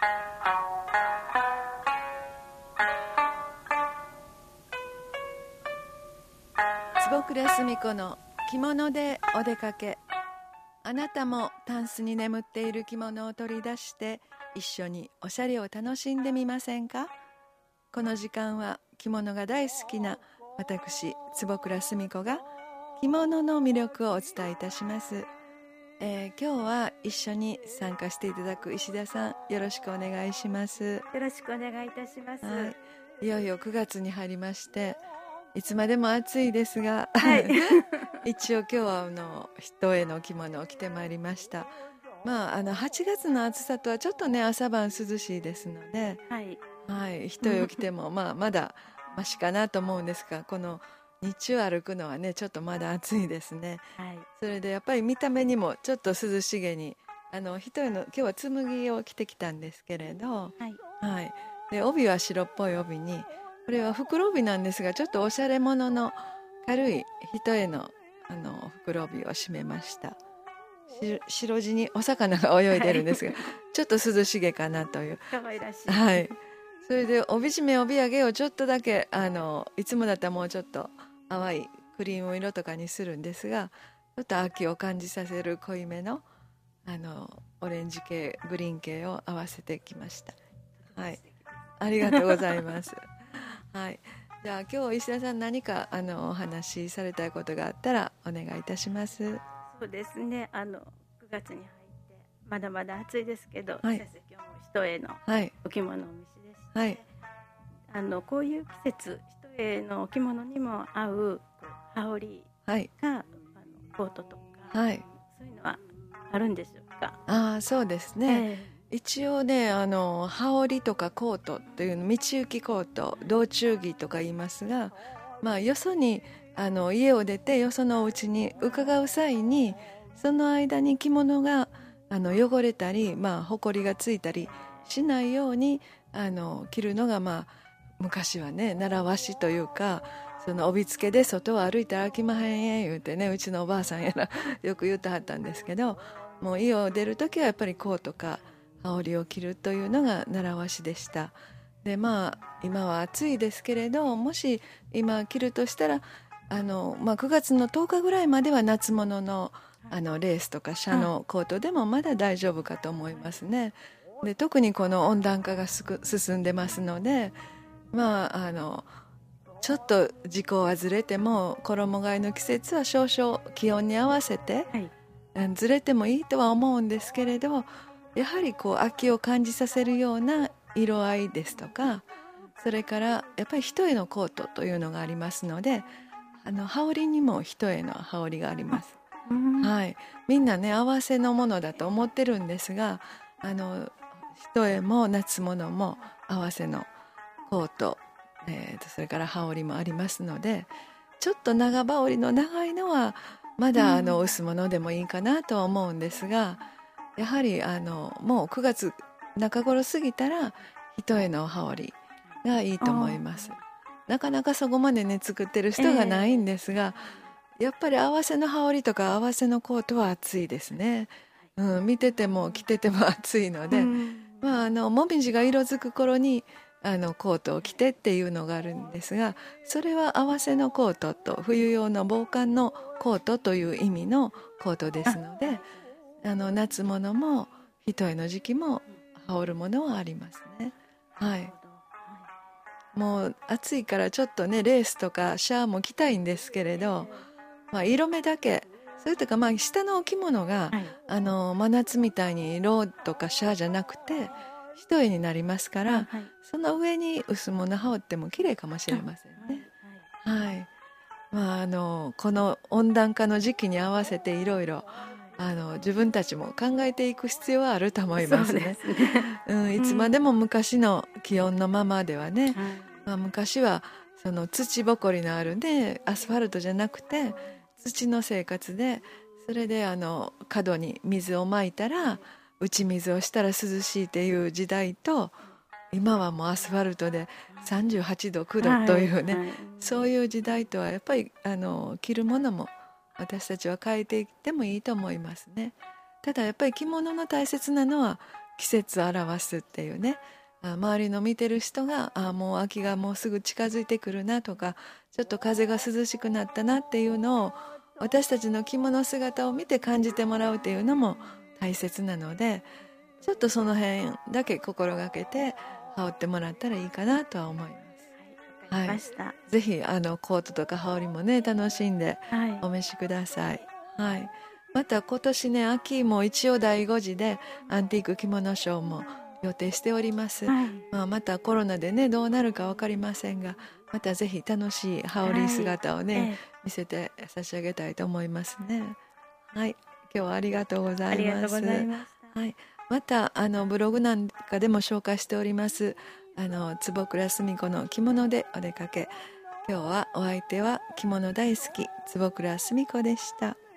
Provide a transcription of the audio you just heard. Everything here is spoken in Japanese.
坪倉澄子の着物でお出かけ。あなたもタンスに眠っている着物を取り出して一緒におしゃれを楽しんでみませんか。この時間は着物が大好きな私坪倉澄子が着物の魅力をお伝えいたします。今日は一緒に参加していただく石田さん、よろしくお願いします。 よろしくお願いいたします。 はい、いよいよ9月に入りまして、いつまでも暑いですが、 はい、 一応今日は一重の着物を着てまいりました。8月の暑さとはちょっとね、朝晩涼しいですので、 はいはい、一重を着てもまだマシかなと思うんですが、この日中歩くのはね、ちょっとまだ暑いですね。 はい、 それでやっぱり見た目にもちょっと涼しげに、一重の今日は紬を着てきたんですけれど、はい、で帯は白っぽい帯に、これは袋帯なんですが、ちょっとおしゃれものの軽い一重の袋帯を締めました。白地にお魚が泳いでるんですが、ちょっと涼しげかなという、 可愛らしい。 はい、それで帯締め帯揚げをちょっとだけいつもだったらもうちょっと淡いクリーム色とかにするんですが、ちょっと秋を感じさせる濃いめのオレンジ系グリーン系を合わせてきました。はい、ありがとうございます。はい、じゃあ今日石田さん、何かお話しされたいことがあったらお願いいたします。 そうですね、9月に入ってまだまだ暑いですけど、 はい、 先生今日も一重のお着物をお召しでして、 はい、 こういう季節、一重のお着物にも合う羽織が、はい、コートとか、はい、そういうのはあるんでしょうか。 そうですね、一応ね、羽織とかコートというの、道行きコート、道中着とか言いますが、よそに家を出てよそのお家に伺う際に、その間に着物が汚れたり、埃がついたりしないように着るのが、昔はね、習わしというか、その帯付けで外を歩いたらあきまへん言うてね、うちのおばあさんやらよく言ってはったんですけど、もう家を出るときはやっぱりコートか羽織を着るというのが習わしでした。で今は暑いですけれど、もし今着るとしたら9月の10日ぐらいまでは夏物のレースとかシャのコートでもまだ大丈夫かと思いますね。で特にこの温暖化が進んでますので、ちょっと時期をずれても衣替えの季節は少々気温に合わせて、ずれてもいいとは思うんですけれど、やはり秋を感じさせるような色合いですとか、それからやっぱり一重のコートというのがありますので、羽織にも一重の羽織があります。はい、みんなね、合わせのものだと思ってるんですが、一重も夏物も合わせのコート、それから羽織もありますので、ちょっと長羽織の長いのはまだ薄物でもいいかなとは思うんですが、やはりもう9月中頃過ぎたら一重の羽織がいいと思います。なかなかそこまでね作ってる人がないんですが、やっぱり合わせの羽織とか合わせのコートは暑いですね。見てても着てても暑いので、もみじが色づく頃にコートを着てっていうのがあるんですが、それは合わせのコートと冬用の防寒のコートという意味のコートですので、夏物も一重の時期も羽織るものはありますね。はい、もう暑いからちょっとね、レースとかシャーも着たいんですけれど、色目だけ、それとか下のお着物が、真夏みたいにローとかシャーじゃなくて一重になりますから、その上に薄物羽織っても綺麗かもしれませんね。はい、この温暖化の時期に合わせていろいろ自分たちも考えていく必要はあると思いますね。いつまでも昔の気温のままではね、昔はその土ぼこりのあるね、アスファルトじゃなくて土の生活で、それで角に水をまいたら打ち水をしたら涼しいっていう時代と、今はもうアスファルトで38度9度というね、そういう時代とはやっぱり着るものも私たちは変えていってもいいと思いますね。ただやっぱり着物の大切なのは季節を表すっていうね、周りの見てる人がもう秋がもうすぐ近づいてくるなとか、ちょっと風が涼しくなったなっていうのを私たちの着物姿を見て感じてもらうっていうのも大切なので、ちょっとその辺だけ心がけて羽織ってもらったらいいかなとは思います。 はい、わかりました。 はい、ぜひコートとか羽織もね楽しんでお召しください。はい、また今年ね秋も一応第5次でアンティーク着物ショーも予定しております。またコロナでねどうなるか分かりませんが、またぜひ楽しい羽織姿をね、見せて差し上げたいと思いますね。はい、今日はありがとうございます。ありがとうございました。はい、またブログなんかでも紹介しております坪倉澄子の着物でお出かけ。今日はお相手は着物大好き坪倉澄子でした。